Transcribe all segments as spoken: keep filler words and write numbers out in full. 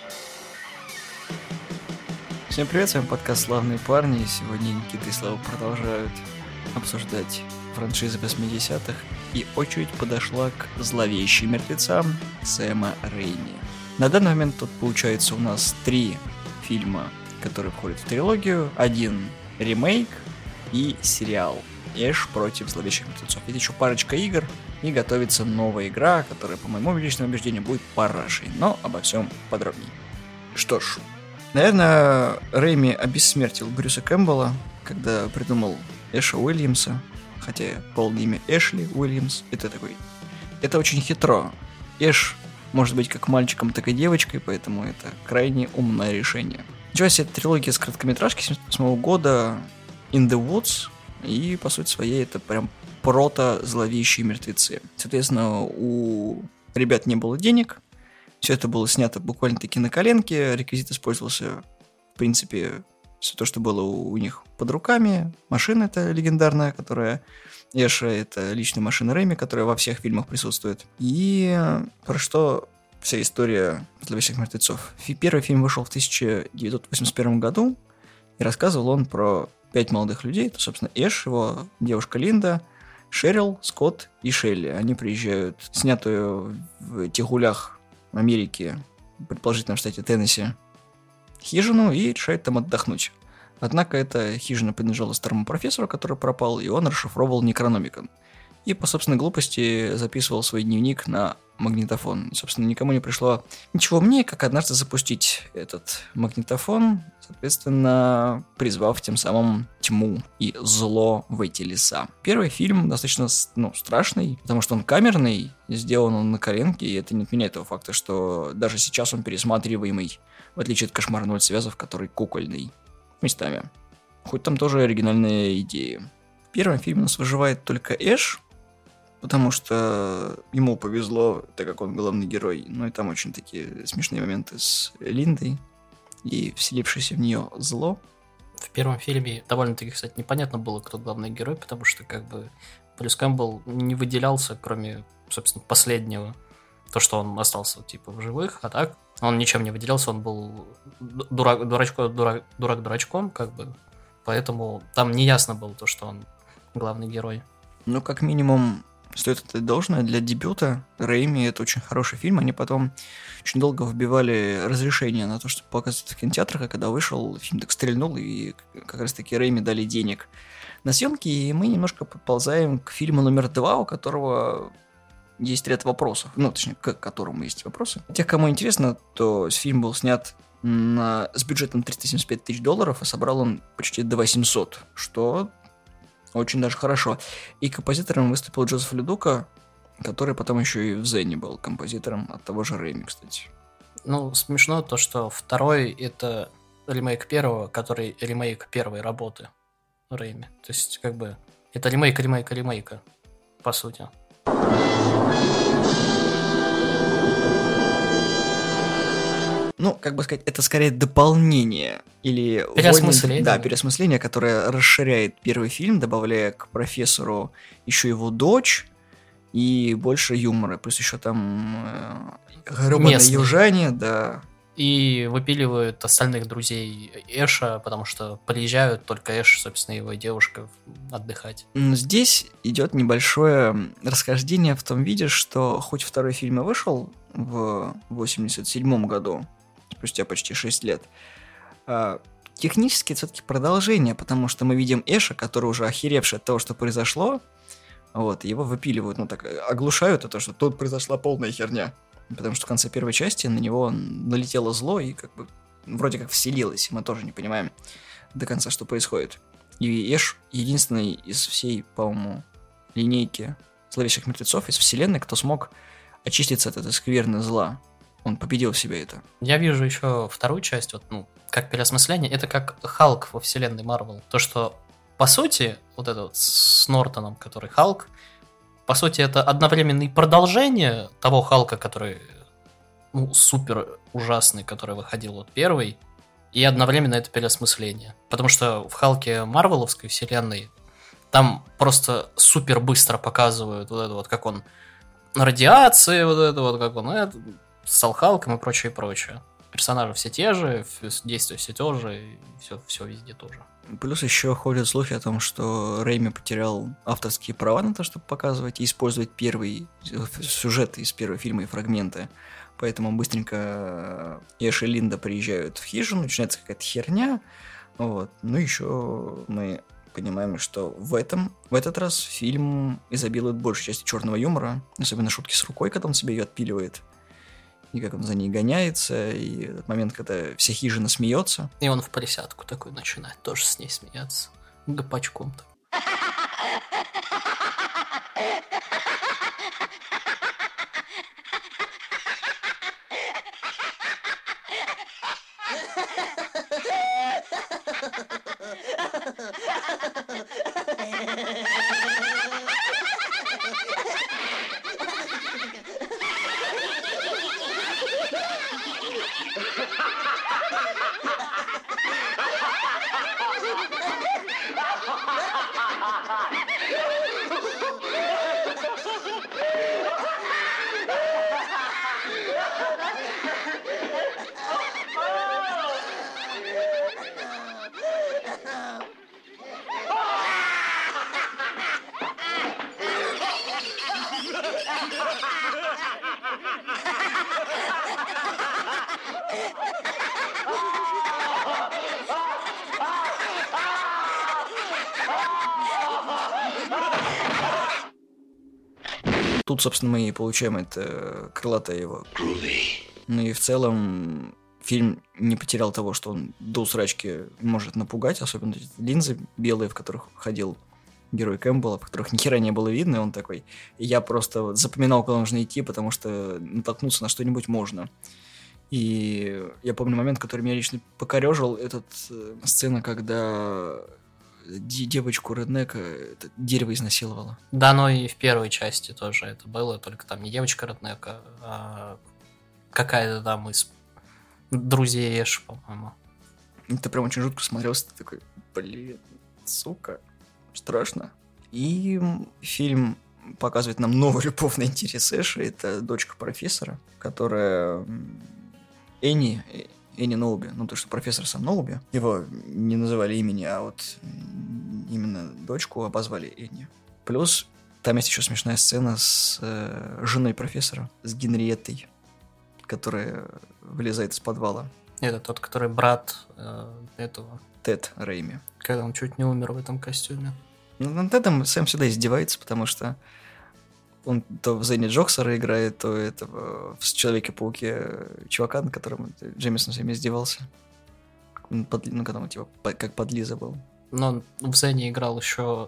Всем привет, с вами подкаст «Славные парни». Сегодня Никита и Слава продолжают обсуждать франшизы восьмидесятых. И очередь подошла к «Зловещим мертвецам» Сэма Рэйми. На данный момент тут получается у нас три фильма, которые входят в трилогию. Один ремейк и сериал «Эш против зловещих мертвецов». Есть еще парочка игр, и готовится новая игра, которая, по моему личному убеждению, будет парашей. Но обо всем подробнее. Что ж, наверное, Рэйми обессмертил Брюса Кэмпбелла, когда придумал Эша Уильямса, хотя полное имя Эшли Уильямс. Это такой... Это очень хитро. Эш может быть как мальчиком, так и девочкой, поэтому это крайне умное решение. Началась эта трилогия с короткометражки семьдесят восьмого года «In the Woods», и, по сути своей, это прям прото-зловещие мертвецы. Соответственно, у ребят не было денег, все это было снято буквально-таки на коленке, реквизит использовался, в принципе, все то, что было у них под руками. Машина эта легендарная, которая... Эша — это личная машина Рэйми, которая во всех фильмах присутствует. И про что вся история зловещих мертвецов. Первый фильм вышел в тысяча девятьсот восемьдесят первом году, и рассказывал он про пять молодых людей. Это, собственно, Эш, его девушка Линда, Шерил, Скотт и Шелли. Они приезжают в снятую в Тигулях Америки, предположительно в штате Теннесси, хижину и решают там отдохнуть. Однако эта хижина принадлежала старому профессору, который пропал, и он расшифровывал Некрономикон. И по собственной глупости записывал свой дневник на магнитофон. И, собственно, никому не пришло ничего умнее, как однажды запустить этот магнитофон, соответственно, призвав тем самым тьму и зло в эти леса. Первый фильм достаточно, ну, страшный, потому что он камерный, сделан он на коленке, и это не отменяет того факта, что даже сейчас он пересматриваемый, в отличие от «Кошмара на улице Вязов», который кукольный местами. Хоть там тоже оригинальные идеи. В первом фильме у нас выживает только Эш, потому что ему повезло, так как он главный герой. Ну и там очень такие смешные моменты с Линдой и вселившееся в нее зло. В первом фильме довольно-таки, кстати, непонятно было, кто главный герой, потому что как бы Брюс Кэмпбелл не выделялся, кроме, собственно, последнего. То, что он остался типа в живых, а так он ничем не выделялся, он был дурак, дурачко, дурак, дурак дурачком, как бы. Поэтому там не ясно было то, что он главный герой. Ну, как минимум, стоит отдать должное, для дебюта Рэйми это очень хороший фильм. Они потом очень долго вбивали разрешение на то, чтобы показывать в кинотеатрах, а когда вышел, фильм так стрельнул, и как раз-таки Рэйми дали денег на съемки, и мы немножко подползаем к фильму номер два, у которого есть ряд вопросов, ну, точнее, к которому есть вопросы. Тех, кому интересно, то фильм был снят на, с бюджетом триста семьдесят пять тысяч долларов, и собрал он почти до восемьсот, что очень даже хорошо. И композитором выступил Джозеф Ледука, который потом еще и в Зене был композитором от того же Рэйми, кстати. Ну, смешно то, что второй — это ремейк первого, который ремейк первой работы Рэйми. То есть, как бы, это ремейк ремейка ремейка, по сути. Ну, как бы сказать, это скорее дополнение или переосмысление. Войны... Да, переосмысление, которое расширяет первый фильм, добавляя к профессору еще его дочь и больше юмора. Плюс еще там э, гребаные южане, да. И выпиливают остальных друзей Эша, потому что приезжают только Эш, собственно, его девушка отдыхать. Здесь идет небольшое расхождение в том виде, что хоть второй фильм и вышел в восемьдесят седьмом году, спустя почти шесть лет, технически это все-таки продолжение, потому что мы видим Эша, который уже охеревший от того, что произошло, вот, его выпиливают, ну так, оглушают, то, что тут произошла полная херня. Потому что в конце первой части на него налетело зло и как бы вроде как вселилось, и мы тоже не понимаем до конца, что происходит. И Эш единственный из всей, по-моему, линейки зловещих мертвецов из вселенной, кто смог очиститься от этой скверны зла. Он победил в себе это. Я вижу еще вторую часть, вот, ну, как переосмысление, это как Халк во вселенной Марвел. То, что, по сути, вот это вот с Нортоном, который Халк, по сути, это одновременное продолжение того Халка, который, ну, супер ужасный, который выходил вот первый, и одновременно это переосмысление. Потому что в Халке Марвеловской вселенной там просто супер быстро показывают вот это вот, как он на радиации, вот это вот, как он это, стал Халком и прочее, прочее. персонажи все те же, действия все те же, и все, все везде тоже. Плюс еще ходят слухи о том, что Рэйми потерял авторские права на то, чтобы показывать и использовать первый сюжет из первого фильма и фрагменты. Поэтому быстренько Эш и Линда приезжают в хижину, начинается какая-то херня. Вот. Ну, еще мы понимаем, что в этом, в этот раз фильм изобилует большей частью черного юмора, особенно шутки с рукой, когда он себе ее отпиливает. И как он за ней гоняется, и этот момент, когда вся хижина смеется. И он в присядку такой начинает тоже с ней смеяться. Гопачком-то. Тут, собственно, мы и получаем это крылатое его. Ну и в целом фильм не потерял того, что он до усрачки может напугать, особенно линзы белые, в которых ходил герой Кэмпбелла, в которых ни хера не было видно, и он такой. И я просто вот запоминал, куда нужно идти, потому что натолкнуться на что-нибудь можно. И я помню момент, который меня лично покорежил, этот э, сцена, когда девочку Реднека это дерево изнасиловало. Да, но и в первой части тоже это было, только там не девочка Реднека, а какая-то там из друзей Эша, по-моему. Ты прям очень жутко смотрелся, ты такой, блин, сука, страшно. И фильм показывает нам новый любовный интерес Эша, это дочка профессора, которая Энни... Энни Ноуби, ну то, что профессор сам Ноуби, его не называли имени, а вот именно дочку обозвали Энни. Плюс там есть еще смешная сцена с э, женой профессора, с Генриеттой, которая вылезает из подвала. Это тот, который брат э, этого... Тед Рэйми. Когда он чуть не умер в этом костюме. Ну, над Тедом Сэм всегда издевается, потому что он то в Зене Джоксера играет, то этого в Человеке-пауке чувака, на котором Джеймисон всеми издевался. Ну, под, ну когда он типа как подлиза был. Но он в Зене играл еще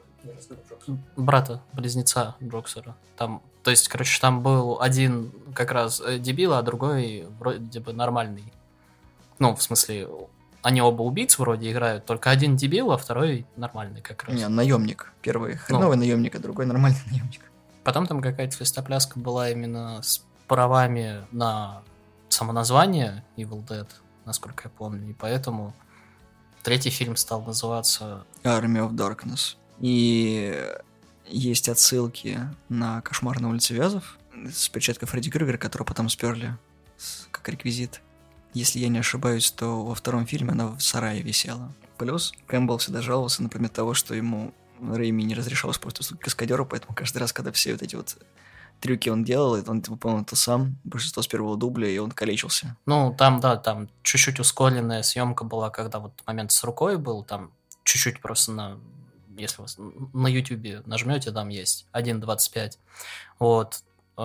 брата-близнеца Джоксера. Там, то есть, короче, там был один как раз дебил, а другой вроде бы нормальный. Ну, в смысле, они оба убийцы вроде играют, только один дебил, а второй нормальный как раз. Не, наемник. Первый хреновый ну. наемник, а другой нормальный наемник. Потом там какая-то свистопляска была именно с правами на самоназвание Evil Dead, насколько я помню, и поэтому третий фильм стал называться Army of Darkness. И есть отсылки на «Кошмар на улице Вязов» с печаткой Фредди Крюгера, которую потом сперли как реквизит. Если я не ошибаюсь, то во втором фильме она в сарае висела. Плюс Кэмпбелл всегда жаловался, например, того, что ему Рэйми не разрешал использовать каскадера, поэтому каждый раз, когда все вот эти вот трюки он делал, он выполнял это сам, большинство с первого дубля, и он калечился. Ну, там, да, там чуть-чуть ускоренная съемка была, когда вот момент с рукой был, там чуть-чуть просто на... Если вы на Ютубе нажмете, там есть один двадцать пять. Вот.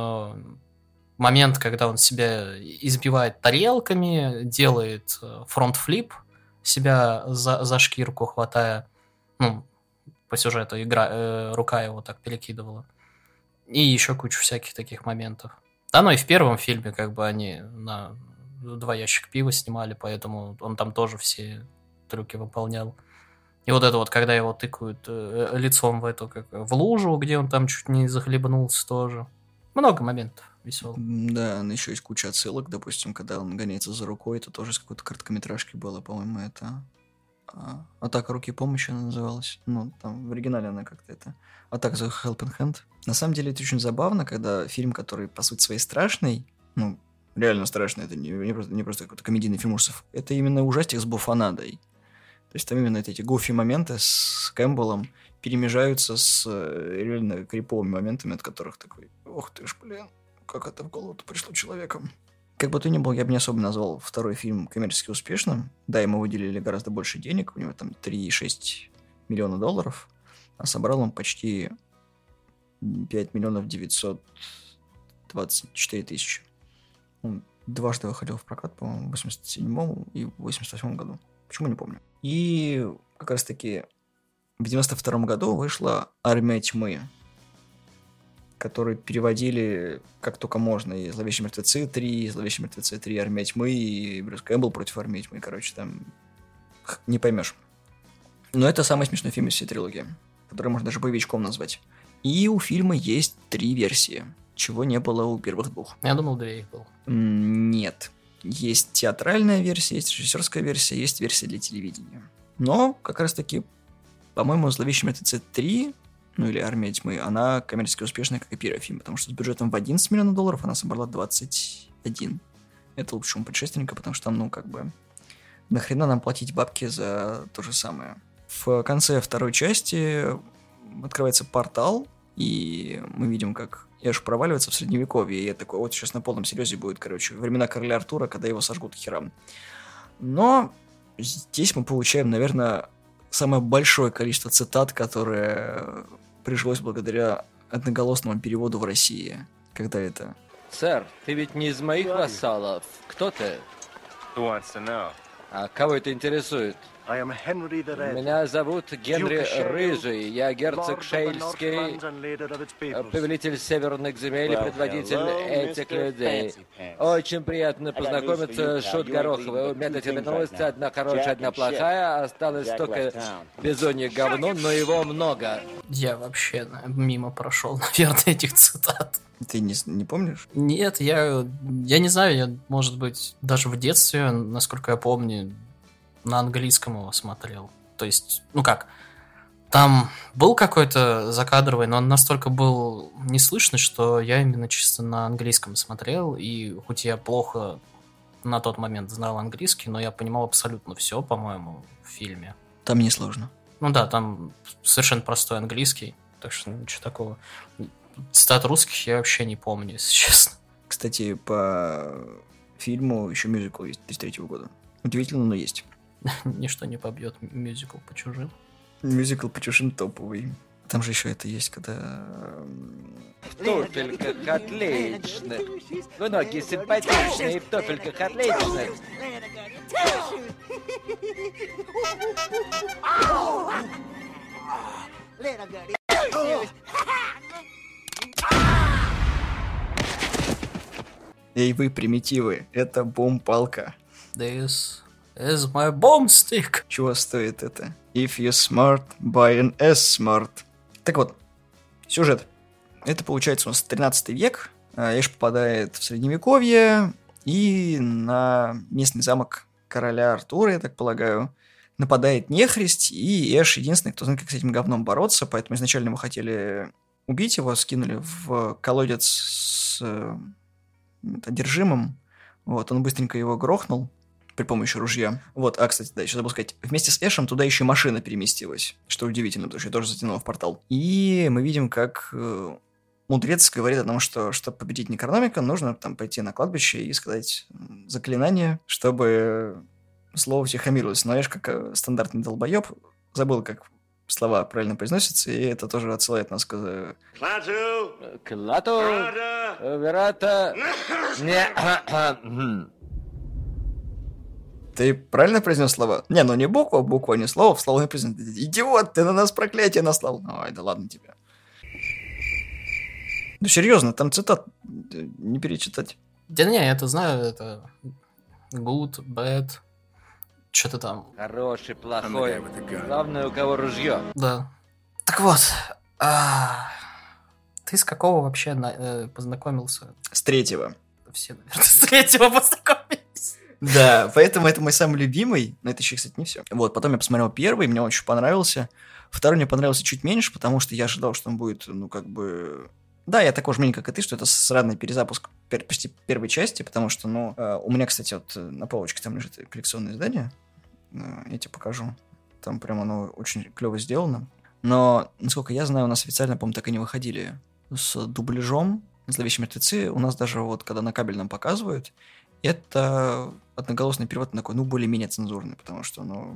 Момент, когда он себя избивает тарелками, делает фронт-флип, себя за, за шкирку хватая, ну, по сюжету игра, э, рука его так перекидывала. И еще кучу всяких таких моментов. Да, ну и в первом фильме как бы они на два ящика пива снимали, поэтому он там тоже все трюки выполнял. И вот это вот, когда его тыкают э, лицом в эту, как, в лужу, где он там чуть не захлебнулся тоже. Много моментов веселых. Да, еще есть куча отсылок, допустим, когда он гоняется за рукой, это тоже из какой-то короткометражки было, по-моему, это... Атака руки помощи она называлась. Ну, там в оригинале она как-то это... Атака за Helping Hand. На самом деле это очень забавно, когда фильм, который, по сути, своей страшный, ну, реально страшно. Это не, не, просто, не просто какой-то комедийный фильм ужасов. Это именно ужастик с буфонадой. То есть там именно эти гуфи-моменты с Кэмпбеллом перемежаются с реально криповыми моментами, от которых такой, ох ты ж, блин, как это в голову-то пришло человеком. Как бы то ни было, я бы не особо назвал второй фильм коммерчески успешным. Да, ему выделили гораздо больше денег, у него там три целых шесть миллиона долларов, а собрал он почти пять миллионов девятьсот двадцать четыре тысячи. Он дважды выходил в прокат, по-моему, в восемьдесят седьмом и в восемьдесят восьмом году. Почему, не помню. И как раз-таки в девяносто втором году вышла «Армия тьмы», которые переводили как только можно. И «Зловещие мертвецы три», и «Зловещие мертвецы три», «Армия тьмы», и Брюс Кэмпбелл против «Армии тьмы». Короче, там не поймешь. Но это самый смешной фильм из всей трилогии, который можно даже боевичком назвать. И у фильма есть три версии, чего не было у первых двух. Я думал, две их было. Нет. Есть театральная версия, есть режиссерская версия, есть версия для телевидения. Но как раз-таки, по-моему, «Зловещие мертвецы три», ну или «Армия тьмы», она коммерчески успешная, как и первый фильм, потому что с бюджетом в одиннадцать миллионов долларов она собрала двадцать один. Это лучше, чем у предшественника, потому что там, ну, как бы, нахрена нам платить бабки за то же самое. В конце второй части открывается портал, и мы видим, как Эш проваливается в средневековье, и я такой, вот сейчас на полном серьезе будет, короче, времена короля Артура, когда его сожгут к херам. Но здесь мы получаем, наверное, самое большое количество цитат, которое прижилось благодаря одноголосному переводу в России. Когда это? Сэр, ты ведь не из моих вассалов. Кто ты? А кого это интересует? Меня зовут Генри Рыжий, я герцог Шейльский, повелитель северных земель и предводитель этих людей. Очень приятно познакомиться, Шут Гороховый. У меня тут вернулась одна хорошая, одна плохая, осталось только бизонье говно, но его много. Я вообще мимо прошел, наверное, этих цитат. Ты не, не помнишь? Нет, я, я не знаю, я, может быть, даже в детстве, насколько я помню, на английском его смотрел. То есть, ну как, там был какой-то закадровый, но он настолько был неслышный, что я именно чисто на английском смотрел, и хоть я плохо на тот момент знал английский, но я понимал абсолютно все, по-моему, в фильме. Там несложно. Ну да, там совершенно простой английский, так что ничего такого. Цитат русских я вообще не помню, если честно. Кстати, по фильму еще мюзикл есть тысяча третьего года. Удивительно, но есть. Ничто не побьет мюзикл по чужим. Мюзикл по чужим топовый. Там же еще это есть, когда... В туфельках отличных. Вы ноги симпатичные, в туфельках отличных. Эй, вы, примитивы, это бомб-палка. This is my bombstick. Чего стоит это? If you're smart, buy an S-smart. Так вот, сюжет. Это получается у нас тринадцатый век. Эш попадает в средневековье и на местный замок короля Артура, я так полагаю, нападает нехрист, и Эш единственный, кто знает, как с этим говном бороться, поэтому изначально мы хотели убить его, скинули в колодец с одержимым. Вот, он быстренько его грохнул при помощи ружья. Вот, а, кстати, да, еще забыл сказать, вместе с Эшем туда еще машина переместилась, что удивительно, потому что я тоже затянул в портал. И мы видим, как э, мудрец говорит о том, что, чтобы победить Некрономика, нужно там пойти на кладбище и сказать заклинание, чтобы слово утихомирилось. Но Эш, как стандартный долбоеб, забыл, как слова правильно произносятся, и это тоже отсылает нас к... Клату! Клату! Верата! Не... Ты правильно произнес слова? Не, ну не буква, буква, не слово, в слово не произнес. Идиот, ты на нас проклятие наслал. Ой, да ладно тебе. Ну серьезно, там цитат не перечитать. Да не, я это знаю, это good, bad, что-то там. Хороший, плохой. Главное, у кого ружье. Да. Так вот, а... ты с какого вообще на... э, познакомился? С третьего. Все, наверное, с третьего познакомились. Да, поэтому это мой самый любимый, но это еще, кстати, не все. Вот, потом я посмотрел первый, мне очень понравился. Второй мне понравился чуть меньше, потому что я ожидал, что он будет, ну, как бы... Да, я такой же мнение, как и ты, что это сраный перезапуск пер- почти первой части, потому что, ну, э, у меня, кстати, вот на полочке там лежит коллекционное издание, э, я тебе покажу. Там прям оно очень клево сделано. Но, насколько я знаю, у нас официально, по-моему, так и не выходили с дубляжом «Зловещие мертвецы». У нас даже вот, когда на кабельном показывают, это одноголосный перевод такой, ну, более-менее цензурный, потому что, ну...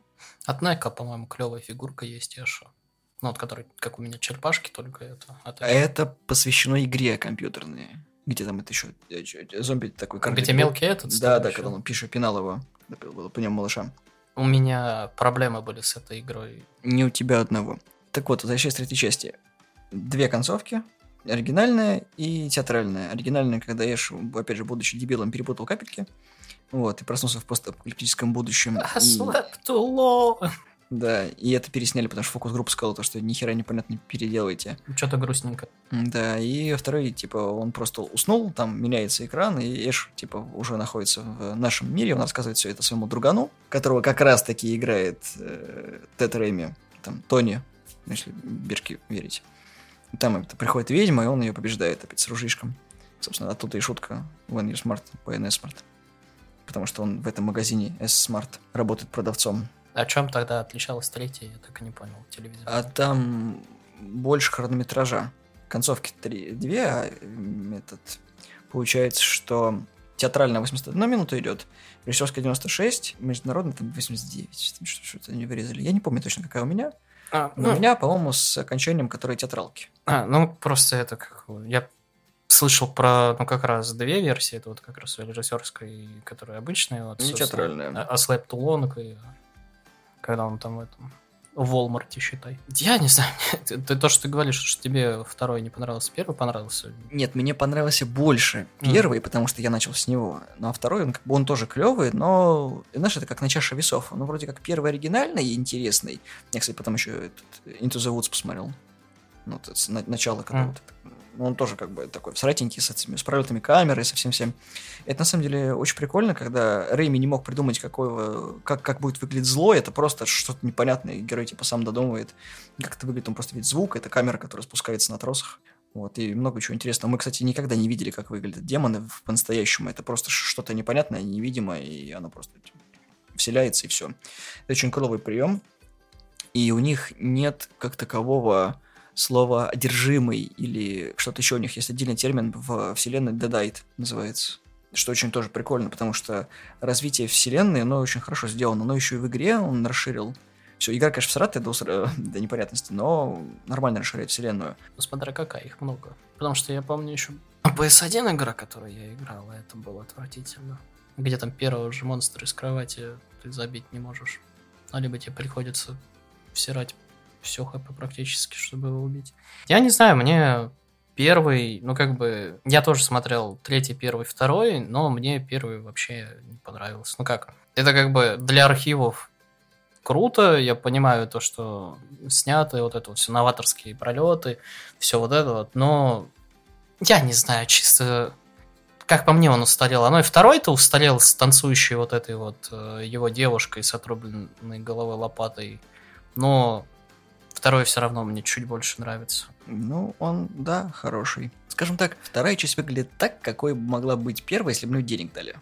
От Нека, по-моему, клевая фигурка есть, Эша. Ну, вот, который, как у меня, черепашки, только это. А это посвящено игре компьютерной. Где там это еще? Зомби такой... Где мелкий этот? Да, да, когда он пишет, пинал его. Было по нему малыша. У меня проблемы были с этой игрой. Не у тебя одного. Так вот, возвращаясь к третьей части. Две концовки. Оригинальная и театральная. Оригинальная, когда Эш, опять же, будучи дебилом, перепутал капельки. Вот, и проснулся в постапокалиптическом будущем. I slept too long. Да, и это пересняли, потому что фокус-группа сказала, то, что нихера непонятно переделайте. Что-то грустненько. Да, и второй, типа, он просто уснул, там меняется экран, и Эш, типа, уже находится в нашем мире, он рассказывает все это своему другану, которого как раз-таки играет э, Тед Рэйми, там, Тони, если Бирке верить. Там это, приходит ведьма, и он ее побеждает опять с ружьишком. Собственно, оттуда и шутка When You're Smart, по эн эс Smart. Потому что он в этом магазине S-Smart работает продавцом. О чем тогда отличалась третья, я так и не понял, телевизор. А там больше хронометража. Концовки три, две, а этот, получается, что театральная восемьдесят одна минута идет, режиссерская девяносто шесть, международная там восемьдесят девять. Там что-то не вырезали. Я не помню точно, какая у меня. А, но ну, у меня, по-моему, с окончанием, которой театралки. А, ну просто это как... Я слышал про, ну, как раз две версии. Это вот как раз режиссерская, которая обычная. Вот, не театральная. А Slept Too Long, и когда он там в этом... В Walmart, считай. Я не знаю, ты, ты то, что ты говоришь, что тебе второй не понравился, первый понравился? Нет, мне понравился больше первый, mm. потому что я начал с него. Ну, а второй, он, как бы, он тоже клевый, но, знаешь, это как на чаше весов. Ну, вроде как первый оригинальный и интересный. Я, кстати, потом еще этот Into the Woods посмотрел. Ну, это начало, когда mm. вот... Ну, он тоже как бы такой всратенький, с этими с пролетами камерой, со всем-всем. Это на самом деле очень прикольно, когда Рэйми не мог придумать, какого, как, как будет выглядеть зло, это просто что-то непонятное, и герой типа сам додумывает, как это выглядит, он просто видит звук, это камера, которая спускается на тросах. Вот, и много чего интересного. Мы, кстати, никогда не видели, как выглядят демоны по-настоящему. Это просто что-то непонятное, невидимое, и оно просто вселяется, и все. Это очень клевый прием. И у них нет как такового слово «одержимый» или что-то еще. У них есть отдельный термин в вселенной «Deadite» называется. Что очень тоже прикольно, потому что развитие вселенной, оно очень хорошо сделано. Но еще и в игре он расширил. Все, игра, конечно, всратая до, до непонятности, но нормально расширяет вселенную. Ну, смотря какая, их много. Потому что я помню еще пи эс один игра, которую я играл, и это было отвратительно. Где там первого же монстра из кровати ты забить не можешь. А либо тебе приходится всирать все хп практически, чтобы его убить. Я не знаю, мне первый, ну как бы, я тоже смотрел третий, первый, второй, но мне первый вообще не понравился. Ну как, это как бы для архивов круто, я понимаю то, что снято, вот это вот все новаторские пролеты, все вот это вот, но я не знаю, чисто как по мне он устарел. Оно и второй-то устарел с танцующей вот этой вот его девушкой с отрубленной головой лопатой, но второй все равно мне чуть больше нравится. Ну, он, да, хороший. Скажем так, вторая часть выглядит так, какой могла быть первая, если бы мне денег дали.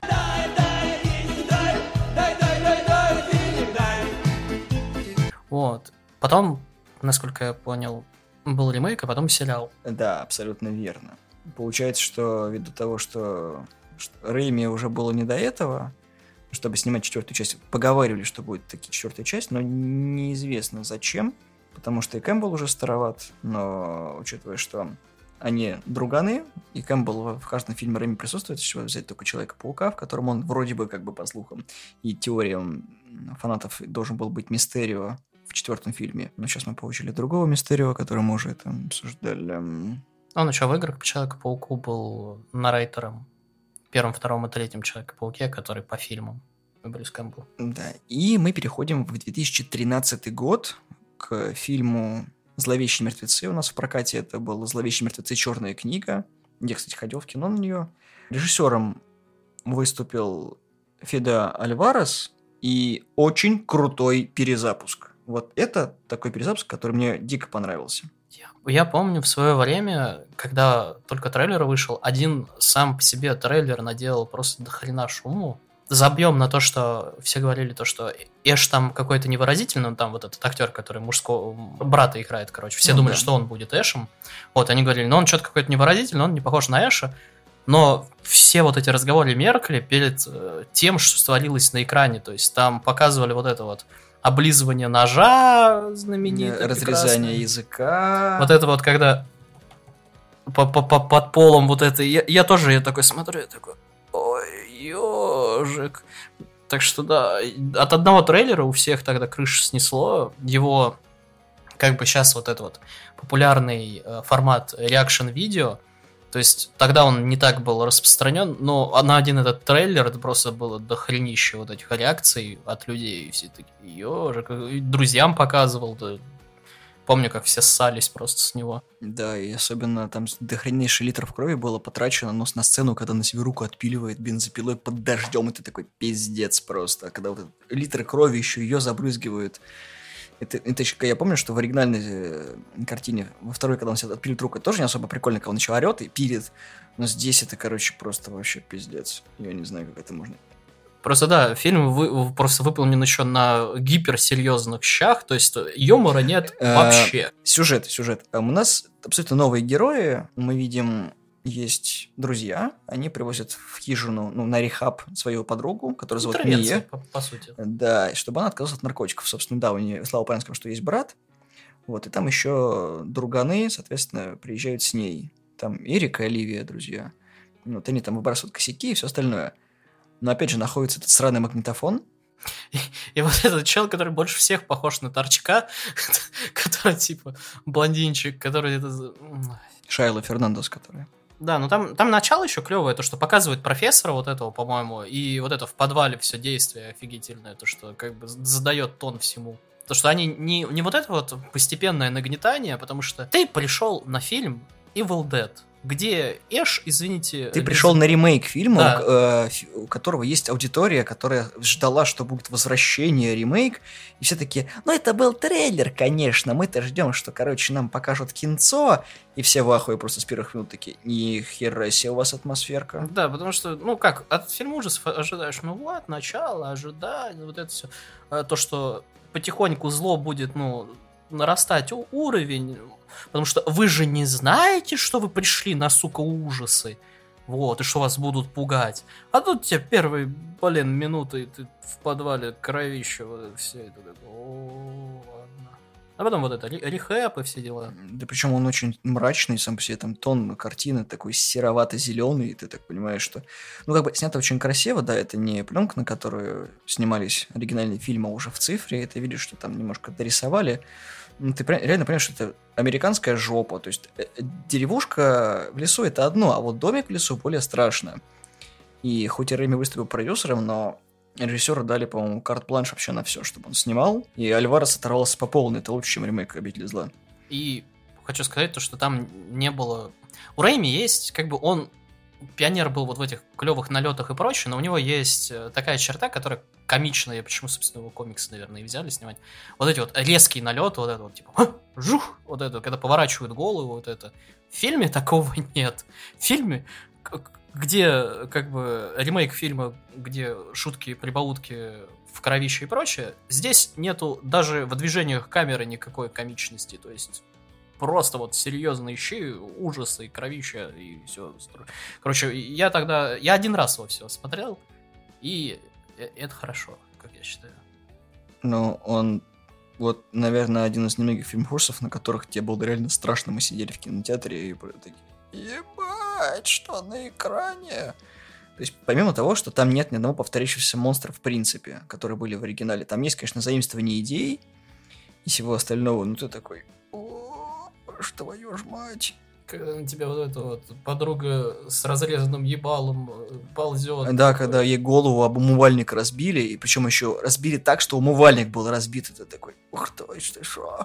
Вот. Потом, насколько я понял, был ремейк, а потом сериал. Да, абсолютно верно. Получается, что ввиду того, что, что Рэйми уже было не до этого, чтобы снимать четвертую часть, поговаривали, что будет таки четвертая часть, но неизвестно зачем. Потому что и Кэмпбелл уже староват, но учитывая, что они друганы, и Кэмпбелл в каждом фильме Рэйми присутствует, если взять только Человека-паука, в котором он вроде бы, как бы по слухам и теориям фанатов, должен был быть Мистерио в четвертом фильме. Но сейчас мы получили другого Мистерио, который мы уже там обсуждали. Он еще в играх по Человеку-пауку был нарейтором в первом, втором и третьем Человеке-пауке, который по фильмам. Брюс Кэмпбелл. Да, и мы переходим в две тысячи тринадцатый год, к фильму «Зловещие мертвецы». У нас в прокате это был «Зловещие мертвецы. Черная книга». Я, кстати, ходил в кино на нее. Режиссером выступил Феде Альварес, и очень крутой перезапуск. Вот это такой перезапуск, который мне дико понравился. Я, я помню в свое время, когда только трейлер вышел, один сам по себе трейлер наделал просто до хрена шуму. Забьем на то, что все говорили, то, что Эш там какой-то невыразительный, там вот этот актер, который мужского брата играет, короче. Все ну, думали, да. что он будет Эшем. Вот, они говорили, ну он что-то какой-то невыразительный, он не похож на Эша. Но все вот эти разговоры меркли перед э, тем, что творилось на экране. То есть там показывали вот это вот облизывание ножа знаменитое. Разрезание языка. Вот это вот, когда под полом вот это... Я, я тоже я такой смотрю, я такой... Ой, ёжик. Так что да, от одного трейлера у всех тогда крышу снесло. Его, как бы сейчас вот этот вот популярный э, формат реакшн-видео. То есть тогда он не так был распространен, но на один этот трейлер это просто было дохренище вот этих реакций от людей. И все такие, ёжик, друзьям показывал, да. Помню, как все ссались просто с него. Да, и особенно там дохренейший литров крови было потрачено, но на сцену, когда на себе руку отпиливает бензопилой под дождем, это такой пиздец просто. Когда вот литры крови еще ее забрызгивают. Это, это еще, я помню, что в оригинальной э, картине, во второй, когда он себе отпилит руку, это тоже не особо прикольно, когда он еще орет и пилит. Но здесь это, короче, просто вообще пиздец. Я не знаю, как это можно... Просто да, фильм вы, просто выполнен еще на гиперсерьезных щах, то есть юмора нет вообще. Сюжет, сюжет. У нас абсолютно новые герои. Мы видим, есть друзья, они привозят в хижину, ну, на рехаб свою подругу, которую зовут Мия. По, по сути. Да, чтобы она отказалась от наркотиков. Собственно, да, у нее, слава Панскому, что есть брат. Вот, и там еще друганы, соответственно, приезжают с ней. Там Эрика и Оливия, друзья. Вот они там выбрасывают косяки и все остальное. Но опять же находится этот сраный магнитофон. И, и вот этот чел, который больше всех похож на Торчка, который типа блондинчик, который... это Шайло Фернандес, который... Да, ну там, там начало еще клевое, то, что показывает профессора вот этого, по-моему, и вот это в подвале все действие офигительное, то, что как бы задает тон всему. То, что они не, не вот это вот постепенное нагнетание, потому что ты пришел на фильм Evil Dead, где Эш, извините... Ты пришел без... на ремейк фильма, да. у, у которого есть аудитория, которая ждала, что будет возвращение, ремейк, и все такие, ну это был трейлер, конечно, мы-то ждем, что, короче, нам покажут кинцо, и все в ахуе просто с первых минут такие, ни хера себе у вас атмосферка. Да, потому что, ну как, от фильма ужасов ожидаешь, ну вот, начало, ожидание, вот это все. То, что потихоньку зло будет, ну, нарастать уровень... Потому что вы же не знаете, что вы пришли на, сука, ужасы. Вот, и что вас будут пугать. А тут тебе первые, блин, минуты, и ты в подвале кровище, вот это все. Это так, о, ладно. А потом вот это, рехэп и все дела. Да причем он очень мрачный, сам по себе там тон картины такой серовато-зеленый, и ты так понимаешь, что... Ну, как бы снято очень красиво, да, это не пленка, на которую снимались оригинальные фильмы, а уже в цифре, и ты видишь, что там немножко дорисовали. Ты реально понимаешь, что это американская жопа. То есть деревушка в лесу это одно, а вот домик в лесу более страшно. И хоть и Рэйми выступил продюсером, но режиссеру дали, по-моему, карт-бланш вообще на все, чтобы он снимал. И Альварес оторвался по полной. Это лучше, чем ремейк «Обитель зла». И хочу сказать то, что там не было... У Рэйми есть, как бы он... Пионер был вот в этих клевых налетах и прочее, но у него есть такая черта, которая комичная, я почему, собственно, его комиксы, наверное, и взяли снимать. Вот эти вот резкие налеты, вот это вот, типа, жух, вот это, когда поворачивают голову, вот это. В фильме такого нет. В фильме, где, как бы, ремейк фильма, где шутки, прибаутки в кровище и прочее, здесь нету даже в движениях камеры никакой комичности, то есть... Просто вот серьезные щи, ужасы, кровища и все. Короче, я тогда... Я один раз его все смотрел, и это хорошо, как я считаю. Ну, он... Вот, наверное, один из немногих фильмов ужасов, на которых тебе было реально страшно. Мы сидели в кинотеатре и такие... Ебать, что на экране? То есть, помимо того, что там нет ни одного повторяющегося монстра в принципе, которые были в оригинале. Там есть, конечно, заимствование идей и всего остального, но ты такой... Что твою ж мать. Когда на тебя вот эта вот подруга с разрезанным ебалом ползет. Да, когда ей голову об умывальник разбили, и причем еще разбили так, что умывальник был разбит. Это такой, ух ты, что шо.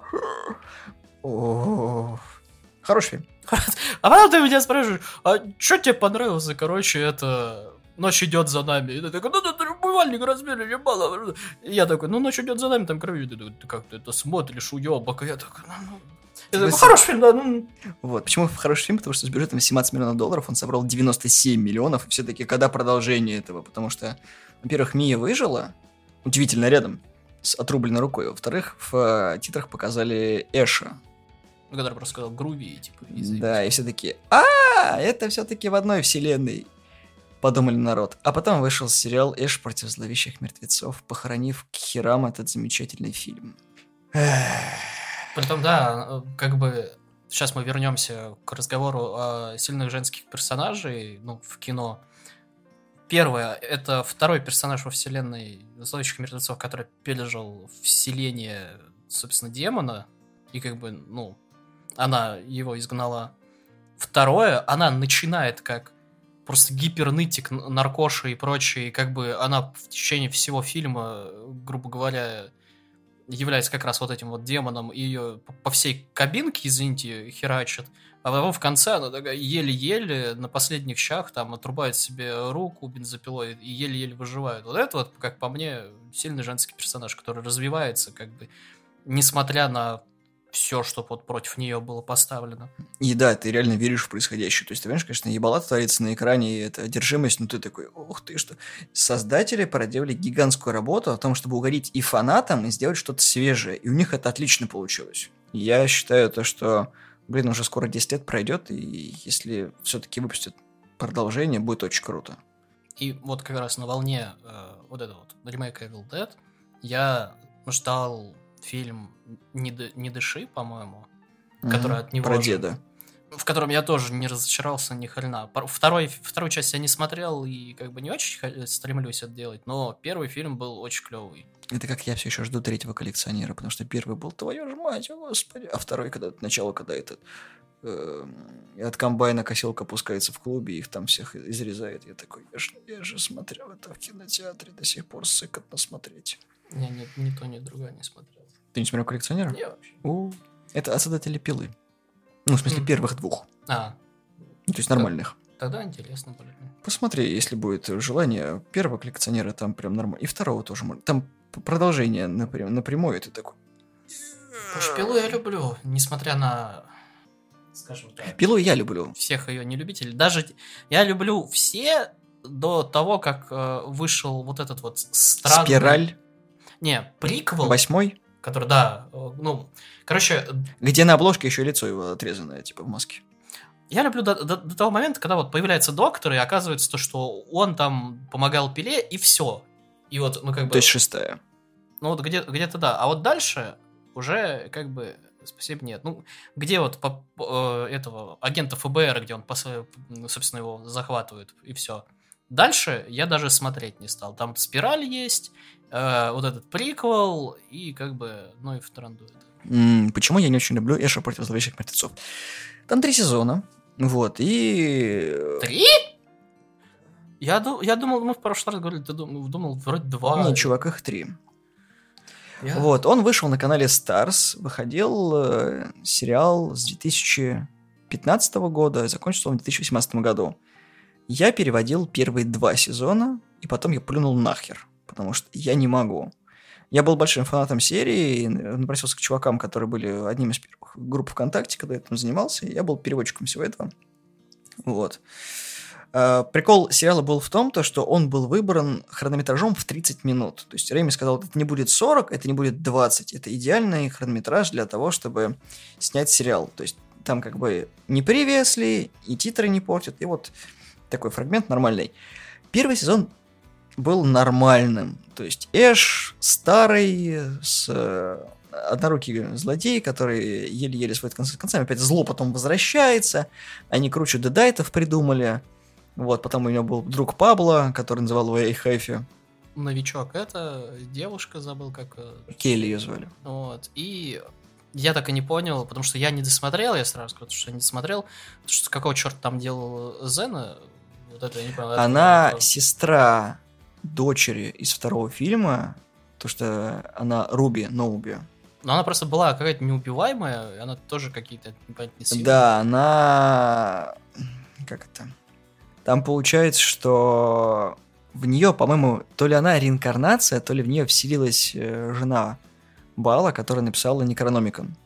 Хороший фильм. А потом ты меня спрашиваешь, а что тебе понравилось? Короче, это... Ночь идет за нами. И ты такой, ну ты умывальник разбили, ебало. И я такой, ну ночь идет за нами, там крови. Ты как ты это смотришь, уебок. И я такой, ну... Это хороший фильм, да. Ну... Вот. Почему хороший фильм? Потому что с бюджетом семнадцать миллионов долларов он собрал девяносто семь миллионов. И все-таки когда продолжение этого? Потому что, во-первых, Мия выжила, удивительно рядом, с отрубленной рукой. Во-вторых, в титрах показали Эша. Который просто сказал груви, типа. Да, и все такие, а это все-таки в одной вселенной. Подумали народ. А потом вышел сериал «Эш против зловещих мертвецов», похоронив к херам этот замечательный фильм. Притом, да, как бы сейчас мы вернемся к разговору о сильных женских персонажей, ну, в кино. Первое, это второй персонаж во вселенной зловещих мертвецов, который пережил вселение, собственно, демона, и как бы, ну, она его изгнала. Второе, она начинает как просто гипернытик, наркоша и прочее, и как бы она в течение всего фильма, грубо говоря, является как раз вот этим вот демоном, и ее по всей кабинке, извините, херачит, а потом в конце она такая еле-еле на последних щах там отрубает себе руку бензопилой и еле-еле выживает. Вот это вот, как по мне, сильный женский персонаж, который развивается, как бы, несмотря на все, что вот против нее было поставлено. И да, ты реально веришь в происходящее. То есть, ты понимаешь, конечно, ебалат творится на экране, и это одержимость, но ты такой, ух ты, что... Создатели проделали гигантскую работу о том, чтобы угодить и фанатам, и сделать что-то свежее. И у них это отлично получилось. Я считаю то, что, блин, уже скоро десять лет пройдет, и если все-таки выпустят продолжение, будет очень круто. И вот как раз на волне э, вот этого вот ремейка Evil Dead я ждал фильм «Не, д... не дыши», по-моему, mm-hmm. который от него про же... деда. В котором я тоже не разочаровался ни хрена. Второй, вторую часть я не смотрел и как бы не очень стремлюсь это делать, но первый фильм был очень клевый. Это как я все еще жду третьего коллекционера, потому что первый был твою ж мать, господи, а второй, когда начало, когда этот э, от комбайна косилка опускается в клубе, их там всех изрезает. Я такой, я же, я же смотрел это в кинотеатре, до сих пор сыкотно смотреть. Не, не, ни то, ни другое не смотрел. Ты не смотрел коллекционера? Не, вообще. У, это от создателей Пилы. Ну, в смысле, mm. первых двух. А. Ну, то есть нормальных. Тогда интересно будет. Посмотри, если будет желание. Первого коллекционера там прям нормально. И второго тоже можно. Там продолжение напрям... напрямую, ты такой. Пилу я люблю, несмотря на... Скажем так. Пилу я люблю. Всех ее нелюбителей. Даже я люблю все до того, как э, вышел вот этот вот странный... Спираль. Не, приквел. Восьмой. Который, да, ну, короче... Где на обложке еще лицо его отрезанное, типа в маске. Я люблю до, до, до того момента, когда вот появляется доктор, и оказывается то, что он там помогал Пиле, и все. И вот, ну, как бы... То есть шестая. Ну, вот где, где-то да. А вот дальше уже, как бы, спасибо, нет. Ну, где вот по, по, этого агента ФБР, где он, по, собственно, его захватывает, и все. Дальше я даже смотреть не стал. Там спираль есть, э, вот этот приквел, и как бы, ну и в транду это. М-м, почему я не очень люблю Эша против зловещих мертвецов? Там три сезона, вот, и... Три? Я, ду- я думал, мы в прошлый раз говорили, ты думал, думал вроде два. Не, чувак, их три. Я... Вот, он вышел на канале Starz, выходил э, сериал с две тысячи пятнадцатого года, закончился он в две тысячи восемнадцатом году. Я переводил первые два сезона, и потом я плюнул нахер, потому что я не могу. Я был большим фанатом серии, и напросился к чувакам, которые были одним из первых групп ВКонтакте, когда я этим занимался, и я был переводчиком всего этого. Вот. А, прикол сериала был в том, то, что он был выбран хронометражом в тридцать минут. То есть Рэйми сказал, это не будет сорок, это не будет двадцать. Это идеальный хронометраж для того, чтобы снять сериал. То есть там как бы не привесли, и титры не портят, и вот... Такой фрагмент нормальный. Первый сезон был нормальным. То есть Эш старый, с э, однорукий злодей, который еле-еле сводит концы с концами. Опять зло потом возвращается. Они круче дедайтов придумали. Вот, потом у него был друг Пабло, который называл его Эйхэфи. Новичок. Это девушка, забыл как... Келли ее звали. Вот. И... Я так и не понял, потому что я не досмотрел, я сразу скажу, что я не досмотрел. Что, какого черта там делал Зена? Вот это я не понял. Она это... сестра дочери из второго фильма, то что она Руби Ноуби. Но она просто была какая-то неубиваемая, и она тоже какие-то непонятные силы. Да, она... Как это? Там получается, что в нее, по-моему, то ли она реинкарнация, то ли в нее вселилась жена Бала, которая написала Некрономикон,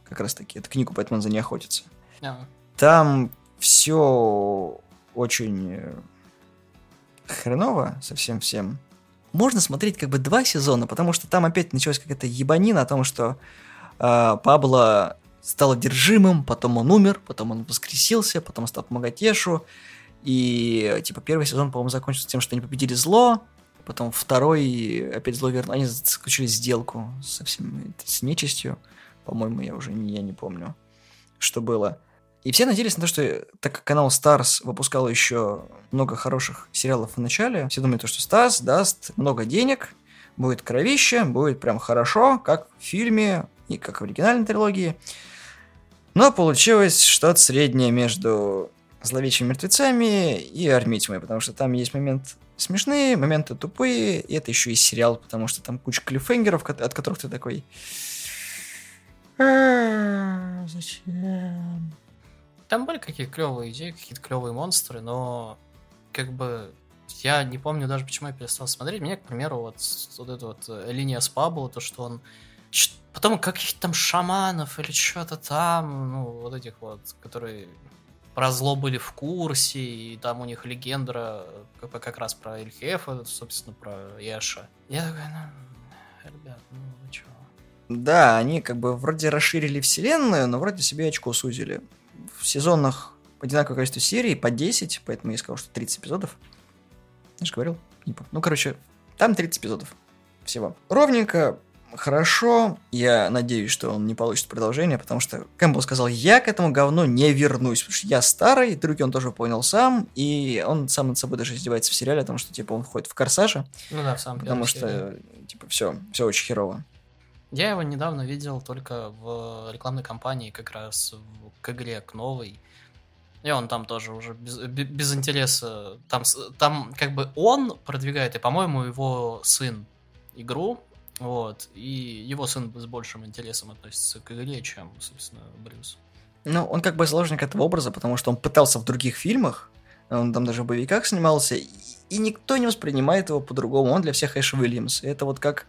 как раз таки. Это книгу «Бэтмен за ней охотится». Yeah. Там все очень хреново совсем всем. Можно смотреть как бы два сезона, потому что там опять началась какая-то ебанина о том, что э, Пабло стал одержимым, потом он умер, потом он воскресился, потом стал помогать Эшу. И, типа, первый сезон, по-моему, закончился тем, что они победили зло, потом второй опять зло вернуло. Они заключили сделку со всем, с нечистью, по-моему, я уже не, я не помню, что было. И все надеялись на то, что так как канал Starz выпускал еще много хороших сериалов в начале, все думали, что Starz даст много денег, будет кровище, будет прям хорошо, как в фильме и как в оригинальной трилогии. Но получилось что-то среднее между «Зловещими мертвецами» и «Армией тьмы», потому что там есть моменты смешные, моменты тупые, и это еще и сериал, потому что там куча клиффхенгеров, от которых ты такой... Зачем? Там были какие-то клевые идеи, какие-то клевые монстры, но как бы я не помню даже, почему я перестал смотреть. Мне, к примеру, вот, вот эта вот линия с Пабло, то, что он... Потом каких-то там шаманов или что-то там, ну, вот этих вот, которые про зло были в курсе, и там у них легенда как раз про Эльхефа, собственно, про Эша. Я такой, ну, ребят, ну вы чего? Да, они как бы вроде расширили вселенную, но вроде себе очко сузили. В сезонах одинаковое количество серий, по десять, поэтому я сказал, что тридцать эпизодов. Я же говорил, не помню. Ну, короче, там тридцать эпизодов всего. Ровненько, хорошо. Я надеюсь, что он не получит продолжение, потому что Кэмпбелл сказал, я к этому говну не вернусь, потому что я старый, трюки он тоже понял сам, и он сам над собой даже издевается в сериале, потому что, типа, он входит в «Корсаже». Ну да, в самом Потому что, серии. типа, все, все очень херово. Я его недавно видел только в рекламной кампании, как раз в, к игре, к новой. И он там тоже уже без, без интереса. Там, там как бы он продвигает, и, по-моему, его сын игру. Вот. И его сын с большим интересом относится к игре, чем, собственно, Брюс. Ну, он как бы заложник этого образа, потому что он пытался в других фильмах, он там даже в боевиках снимался, и, и никто не воспринимает его по-другому. Он для всех Эш Уильямс. Это вот как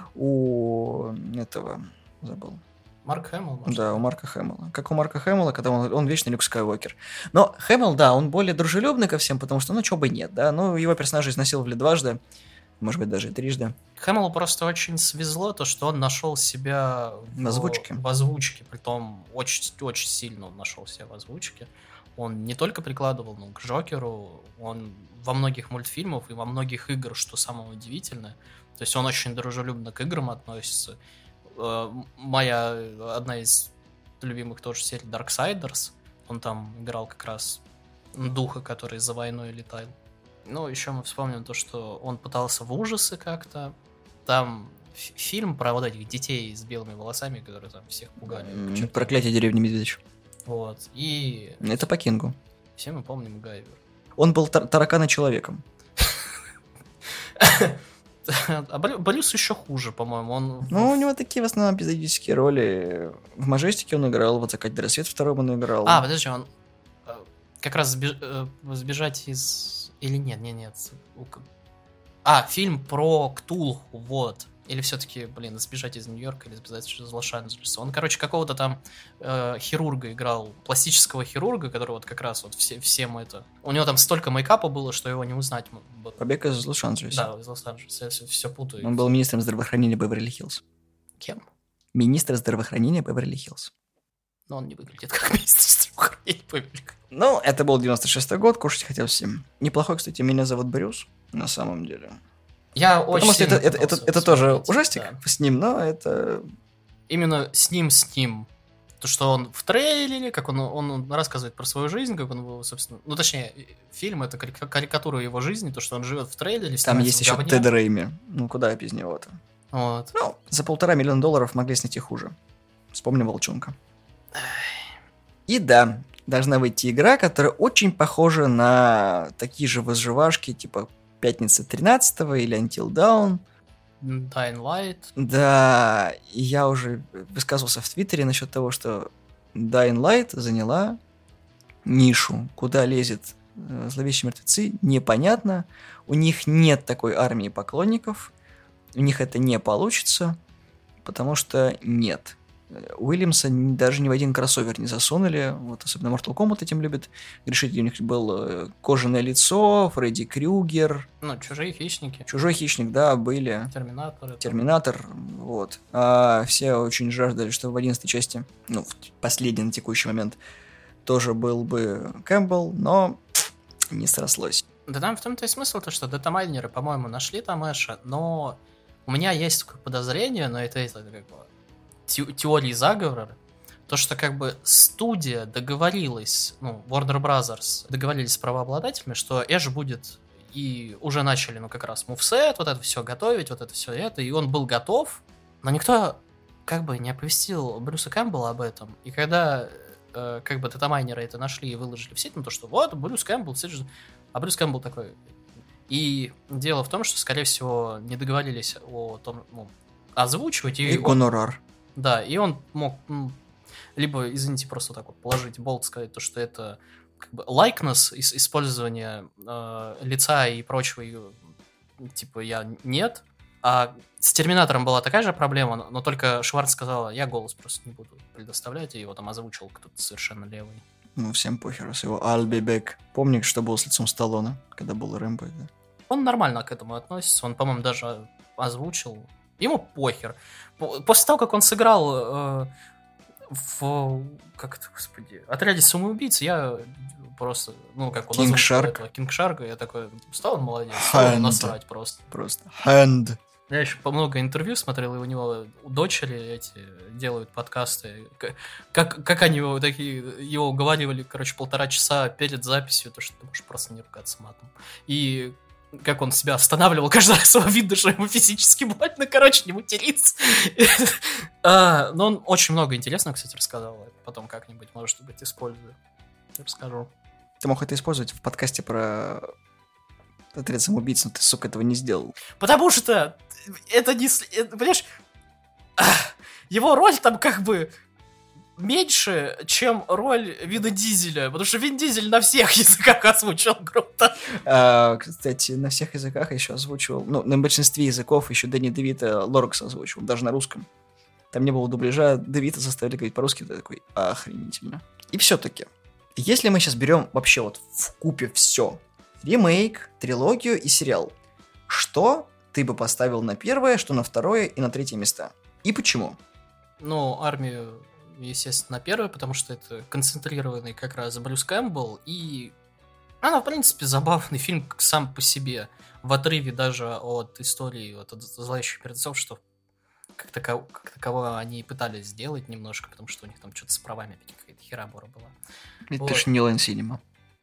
у этого... Забыл. Марк Хэмилл? Может? Да, у Марка Хэмилла. Как у Марка Хэмилла, когда он, он вечный Люк Скайуокер. Но Хэмилл, да, он более дружелюбный ко всем, потому что, ну, чего бы нет, да. Ну, его персонажа изнасиловали дважды, может быть, даже и трижды. Хэмиллу просто очень свезло то, что он нашел себя в, в озвучке. В озвучке, притом очень, очень сильно он нашел себя в озвучке. Он не только прикладывал, ну, к Джокеру, он во многих мультфильмах и во многих играх, что самое удивительное. То есть он очень дружелюбно к играм относится. Моя одна из любимых тоже серий Darksiders, он там играл как раз духа, который за войной летал. Ну, еще мы вспомним то, что он пытался в ужасы как-то. Там фильм про вот этих детей с белыми волосами, которые там всех пугали. Mm, «Проклятие деревни Медведич». Вот. И... Это по Кингу. Все мы помним Гайвер. Он был тар- таракана-человеком. А Брюс еще хуже, по-моему. Он... Ну, у него такие в основном эпизодические роли. В «Мажестике» он играл, вот «Закат до рассвета» втором он играл. А, подожди, он как раз сбежать из... Или нет, нет, нет. А, фильм про Ктулху, вот. Или все-таки, блин, сбежать из Нью-Йорка или сбежать из Лос-Анджелеса. Он, короче, какого-то там э, хирурга играл, пластического хирурга, который вот как раз вот все, всем это... У него там столько мейкапа было, что его не узнать было. Побег из Лос-Анджелеса. Да, из Лос-Анджелеса. Я все, все путаю. Он был министром здравоохранения Беверли-Хиллз. Кем? Министр здравоохранения Беверли-Хиллз. Но он не выглядит как министр здравоохранения Беверли-Хиллз. Ну, это был девяносто шестой год, кушать хотел всем. Неплохой, кстати, меня зовут Брюс, на самом деле. Я Потому очень что это, это, это, это тоже ужастик да. с ним, но это... Именно с ним, с ним. То, что он в трейлере, как он, он рассказывает про свою жизнь, как он его, собственно... Ну, точнее, фильм — это карикатура его жизни, то, что он живет в трейлере. Там есть еще Тед Рейми. Ну, куда без него-то? Вот. Ну, за полтора миллиона долларов могли снять и хуже. Вспомни «Волчонка». И да, должна выйти игра, которая очень похожа на такие же выживашки, типа «Пятница тринадцатого» или «Until Dawn». Dying Light. Да, и я уже высказывался в Твиттере насчет того, что Dying Light заняла нишу, куда лезет «Зловещие мертвецы», непонятно. У них нет такой армии поклонников, у них это не получится, потому что нет. Уильямса даже ни в один кроссовер не засунули, вот особенно Mortal Kombat этим любит. Грешить, у них было кожаное лицо, Фредди Крюгер. Ну, Чужие хищники. Чужой хищник, да, были. Терминатор. Терминатор, вот. А все очень жаждали, что в одиннадцатой части, ну, в последней на текущий момент, тоже был бы Кэмпбелл, но не срослось. Да там в том-то и смысл, то, что датамайнеры, по-моему, нашли там Эша, но у меня есть такое подозрение, но это, это как бы те, теории заговора, то, что как бы студия договорилась, ну, Warner Brothers договорились с правообладателями, что Эш будет, и уже начали, ну, как раз мувсет, вот это все готовить, вот это все это, и он был готов, но никто как бы не оповестил Брюса Кэмпбелла об этом, и когда э, как бы датамайнеры это нашли и выложили в сеть, ну, то, что вот, Брюс Кэмпбелл, а Брюс Кэмпбелл такой... И дело в том, что, скорее всего, не договорились о том, ну, озвучивать. И, и гонорар. Он, да, и он мог ну, либо, извините, просто так вот положить болт, сказать, то, что это как бы likeness, использование э, лица и прочего, и, типа, я нет. А с Терминатором была такая же проблема, но только Шварц сказала, я голос просто не буду предоставлять, и его там озвучил кто-то совершенно левый. Ну, всем похеру с его I'll be back. Помнишь, что было с лицом Сталлоне, когда был Рэмбо, да? Он нормально к этому относится, он, по-моему, даже озвучил. Ему похер. После того, как он сыграл э, в... Как это, господи? Отряде самоубийц, я просто... Ну, как он King Shark. Кинг Шарк, я такой, Сталлон молодец. Сталлон насрать просто. Просто. Hand. Я еще по много интервью смотрел, и у него у дочери эти делают подкасты. Как, как они его такие, его уговаривали, короче, полтора часа перед записью, то, что ты можешь просто не ругаться матом. И как он себя останавливал, каждый раз его видно, что ему физически больно, короче, не материться. а, но он очень много интересного, кстати, рассказал. Потом как-нибудь, может быть, использую. Расскажу. Ты мог это использовать в подкасте про отряд самоубийц, но ты, сука, этого не сделал. Потому что это не... Это, понимаешь, его роль там как бы меньше, чем роль Вина Дизеля, потому что Вин Дизель на всех языках озвучил круто. А, кстати, на всех языках еще озвучивал, ну, на большинстве языков еще Дэнни Девито Лоракс озвучивал, даже на русском. Там не было дубляжа, Девито заставили говорить по-русски, ты такой, охренительно. И все-таки, если мы сейчас берем вообще вот вкупе все, ремейк, трилогию и сериал, что ты бы поставил на первое, что на второе и на третье места? И почему? Ну, армию, естественно, на первое, потому что это концентрированный как раз Брюс Кэмпбелл, и она, в принципе, забавный фильм сам по себе, в отрыве даже от истории, вот, от «Зловещих мертвецов», что как, таков, как таково они пытались сделать немножко, потому что у них там что-то с правами какая-то херабора была. Это вот. ж не Лэн Синема.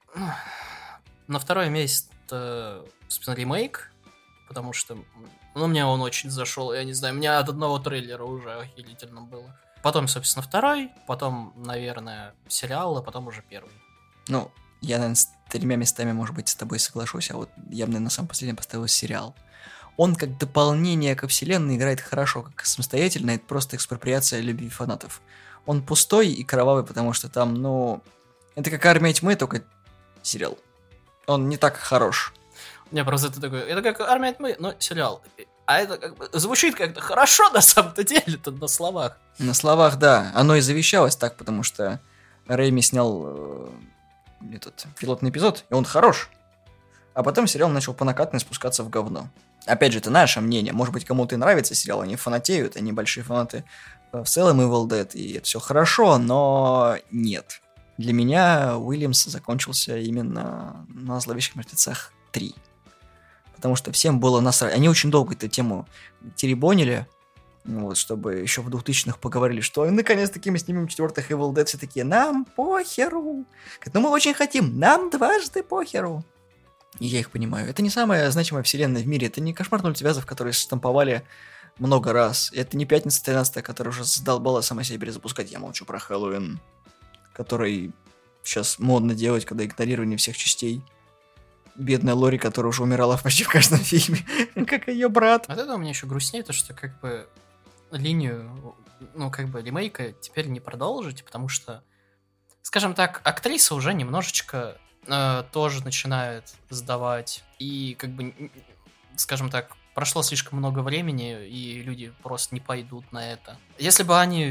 На второе место, собственно, ремейк, потому что, ну, мне он очень зашел, я не знаю, у меня от одного трейлера уже охерительно было. Потом, собственно, второй, потом, наверное, сериал, а потом уже первый. Ну, я, наверное, с тремя местами, может быть, с тобой соглашусь, а вот я бы, наверное, на самом последнем поставил сериал. Он как дополнение ко вселенной играет хорошо, как самостоятельно, это просто экспроприация любви фанатов. Он пустой и кровавый, потому что там, ну, это как «Армия тьмы», только сериал. Он не так хорош. Не, просто это такой, это как «Армия тьмы», но сериал. А это как бы звучит как-то хорошо на самом-то деле-то, на словах. На словах, да. Оно и завещалось так, потому что Рэйми снял э, этот пилотный эпизод, и он хорош. А потом сериал начал по накатной спускаться в говно. Опять же, это наше мнение. Может быть, кому-то и нравится сериал, они фанатеют, они большие фанаты в целом Evil Dead, и это все хорошо, но нет. Для меня Уильямс закончился именно на «Зловещих мертвецах три». Потому что всем было насрать. Они очень долго эту тему теребонили, вот, чтобы еще в двухтысячных поговорили, что наконец-таки мы снимем четвертых Evil Dead, все такие, нам похеру. Ну, мы очень хотим, нам дважды похеру. И я их понимаю. Это не самая значимая вселенная в мире. Это не «Кошмар на улице Вязов», который штамповали много раз. Это не «Пятница тринадцатая», которая уже задолбала сама себя перезапускать. Я молчу про Хэллоуин, который сейчас модно делать, когда игнорирование всех частей. Бедная Лори, которая уже умирала почти в каждом фильме, как ее брат. От этого мне еще грустнее, то что как бы линию, ну как бы ремейка теперь не продолжить, потому что, скажем так, актриса уже немножечко э, тоже начинает сдавать, и как бы, скажем так, прошло слишком много времени, и люди просто не пойдут на это. Если бы они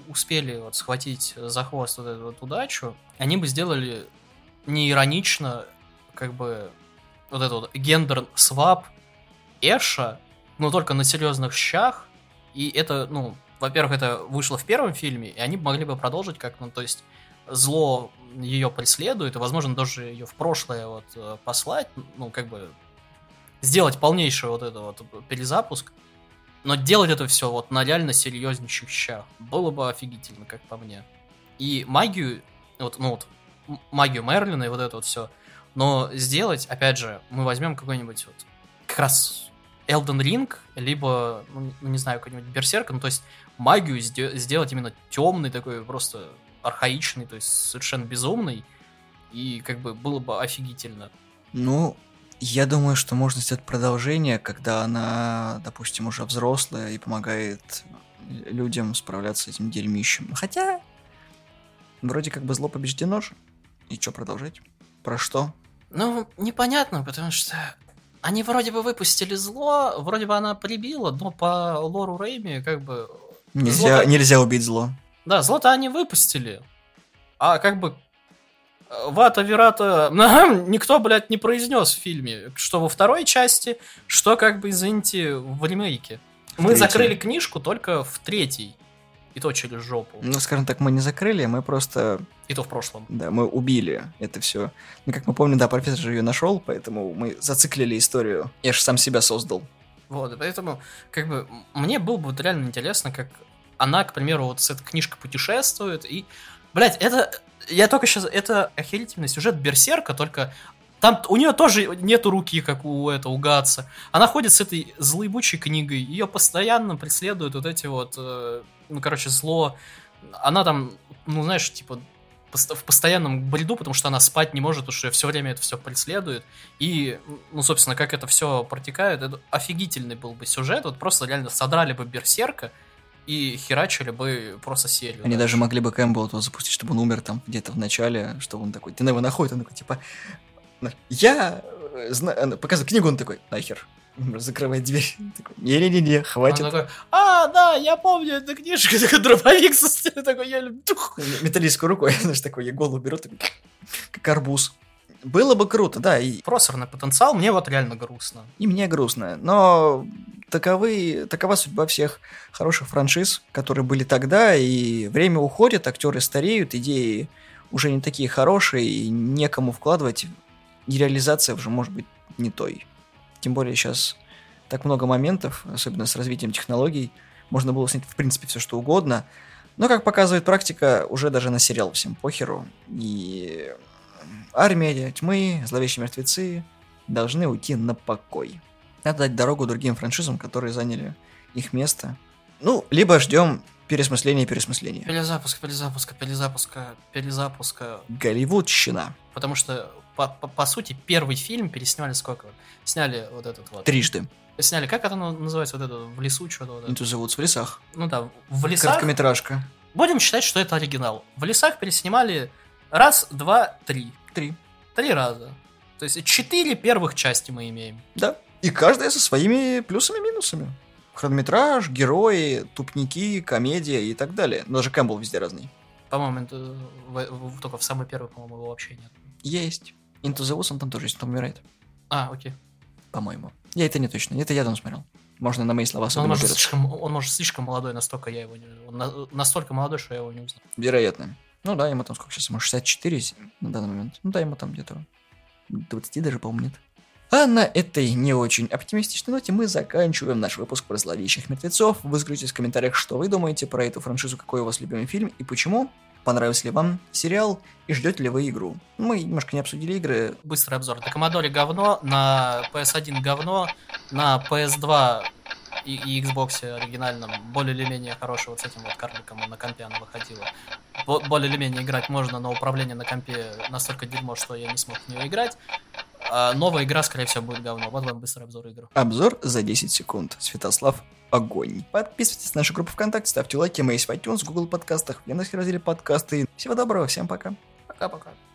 успели вот схватить за хвост вот эту вот удачу, они бы сделали не иронично, как бы, вот этот вот гендер-свап Эша, но только на серьезных щах, и это, ну, во-первых, это вышло в первом фильме, и они могли бы продолжить как, ну, то есть, зло ее преследует, и, возможно, даже ее в прошлое вот послать, ну, как бы, сделать полнейший вот это вот перезапуск, но делать это все вот на реально серьезнейших щах было бы офигительно, как по мне. И магию, вот, ну вот, магию Мерлина и вот это вот все, но сделать, опять же, мы возьмем какой-нибудь вот, как раз Elden Ring, либо, ну, не знаю, какой-нибудь Берсерк, ну, то есть магию сделать именно темный, такой просто архаичный, то есть совершенно безумный, и как бы было бы офигительно. Ну, я думаю, что можно сделать продолжение, когда она, допустим, уже взрослая и помогает людям справляться с этим дерьмищем. Хотя, вроде как бы зло побеждено же. И что продолжать? Про что? Ну, непонятно, потому что они вроде бы выпустили зло, вроде бы она прибила, но по лору Рэйми как бы... Нельзя, зло-то... нельзя убить зло. Да, зло-то они выпустили. А как бы Вата Верата никто, блядь, не произнес в фильме. Что во второй части, что, как бы, извините, в ремейке. В мы третьей. Закрыли книжку только в третьей. И то через жопу. Ну, скажем так, мы не закрыли, мы просто... И то в прошлом. Да, мы убили это все. Ну, как мы помним, да, профессор же ее нашел, поэтому мы зациклили историю. Я же сам себя создал. Вот, поэтому, как бы, мне было бы вот реально интересно, как она, к примеру, вот с этой книжкой путешествует, и, блядь, это... Я только сейчас... Это охерительный сюжет Берсерка, только... Там у нее тоже нету руки, как у этого, у Гатса. Она ходит с этой злоебучей книгой, ее постоянно преследуют вот эти вот... Э, ну, короче, зло. Она там, ну, знаешь, типа, в постоянном бреду, потому что она спать не может, потому что все время это все преследует. И, ну, собственно, как это все протекает, это офигительный был бы сюжет. Вот просто реально содрали бы Берсерка и херачили бы просто серию. Они даже могли бы Кэмпбелла запустить, чтобы он умер там где-то в начале, чтобы он такой, ты на его находит, он такой, типа, я знаю, показываю книгу, он такой, нахер. Закрывает дверь. Не-не-не, хватит. Он такой, а, да, я помню эту книжку, такой дробовик со стены, такой, я люблю. Металлической рукой, знаешь, такой, я голову беру, такой, как арбуз. Было бы круто, да. И... Просорный потенциал, мне вот реально грустно. И мне грустно, но таковы, такова судьба всех хороших франшиз, которые были тогда, и время уходит, актеры стареют, идеи уже не такие хорошие, и некому вкладывать, и реализация уже может быть не той. Тем более сейчас так много моментов, особенно с развитием технологий, можно было снять в принципе все что угодно, но, как показывает практика, уже даже на сериал всем похеру, и Армия Тьмы, Зловещие мертвецы должны уйти на покой. Надо дать дорогу другим франшизам, которые заняли их место. Ну, либо ждем переосмысления переосмысления. Перезапуска, перезапуска, перезапуска, перезапуска. Голливудщина. Потому что, по, по, по сути, первый фильм пересняли сколько? Сняли вот этот вот. Трижды. Сняли, как это называется, вот это, в лесу что-то? Вот Into the Woods, в лесах. Ну да, в лесах. Короткометражка. Будем считать, что это оригинал. В лесах переснимали раз, два, три. Три. Три раза. То есть четыре первых части мы имеем. Да. И каждая со своими плюсами и минусами. Хронометраж, герои, тупники, комедия и так далее. Но даже Кэмпбелл везде разный. По-моему, это в, в, только в самый первый, по-моему, его вообще нет. Есть. Into the Woods, он там тоже есть, он там умирает. А, окей. По-моему. Я это не точно. Это я там смотрел. Можно на мои слова он может, слишком, он может слишком молодой, настолько я его не... Он на, настолько молодой, что я его не узнал. Вероятно. Ну да, ему там сколько сейчас? Ему шестьдесят четыре на данный момент. Ну да, ему там где-то двадцать даже, по-моему, нет. А на этой не очень оптимистичной ноте мы заканчиваем наш выпуск про зловещих мертвецов. Вы скажите в комментариях, что вы думаете про эту франшизу, какой у вас любимый фильм и почему. Понравился ли вам сериал и ждете ли вы игру? Мы немножко не обсудили игры. Быстрый обзор. На Commodore говно, на пи эс один говно, на пи эс два и, и Xbox оригинальном более или менее хорошего вот с этим вот карликом на компе она выходила. Бо- более или менее играть можно, но управление на компе настолько дерьмо, что я не смог в нее играть. А новая игра, скорее всего, будет говно. Вот вам быстрый обзор игры. Обзор за десять секунд. Святослав Огонь. Подписывайтесь на нашу группу ВКонтакте, ставьте лайки, мы есть в iTunes, в Google подкастах, в Яндекс.Разделе подкасты. Всего доброго, всем пока. Пока-пока.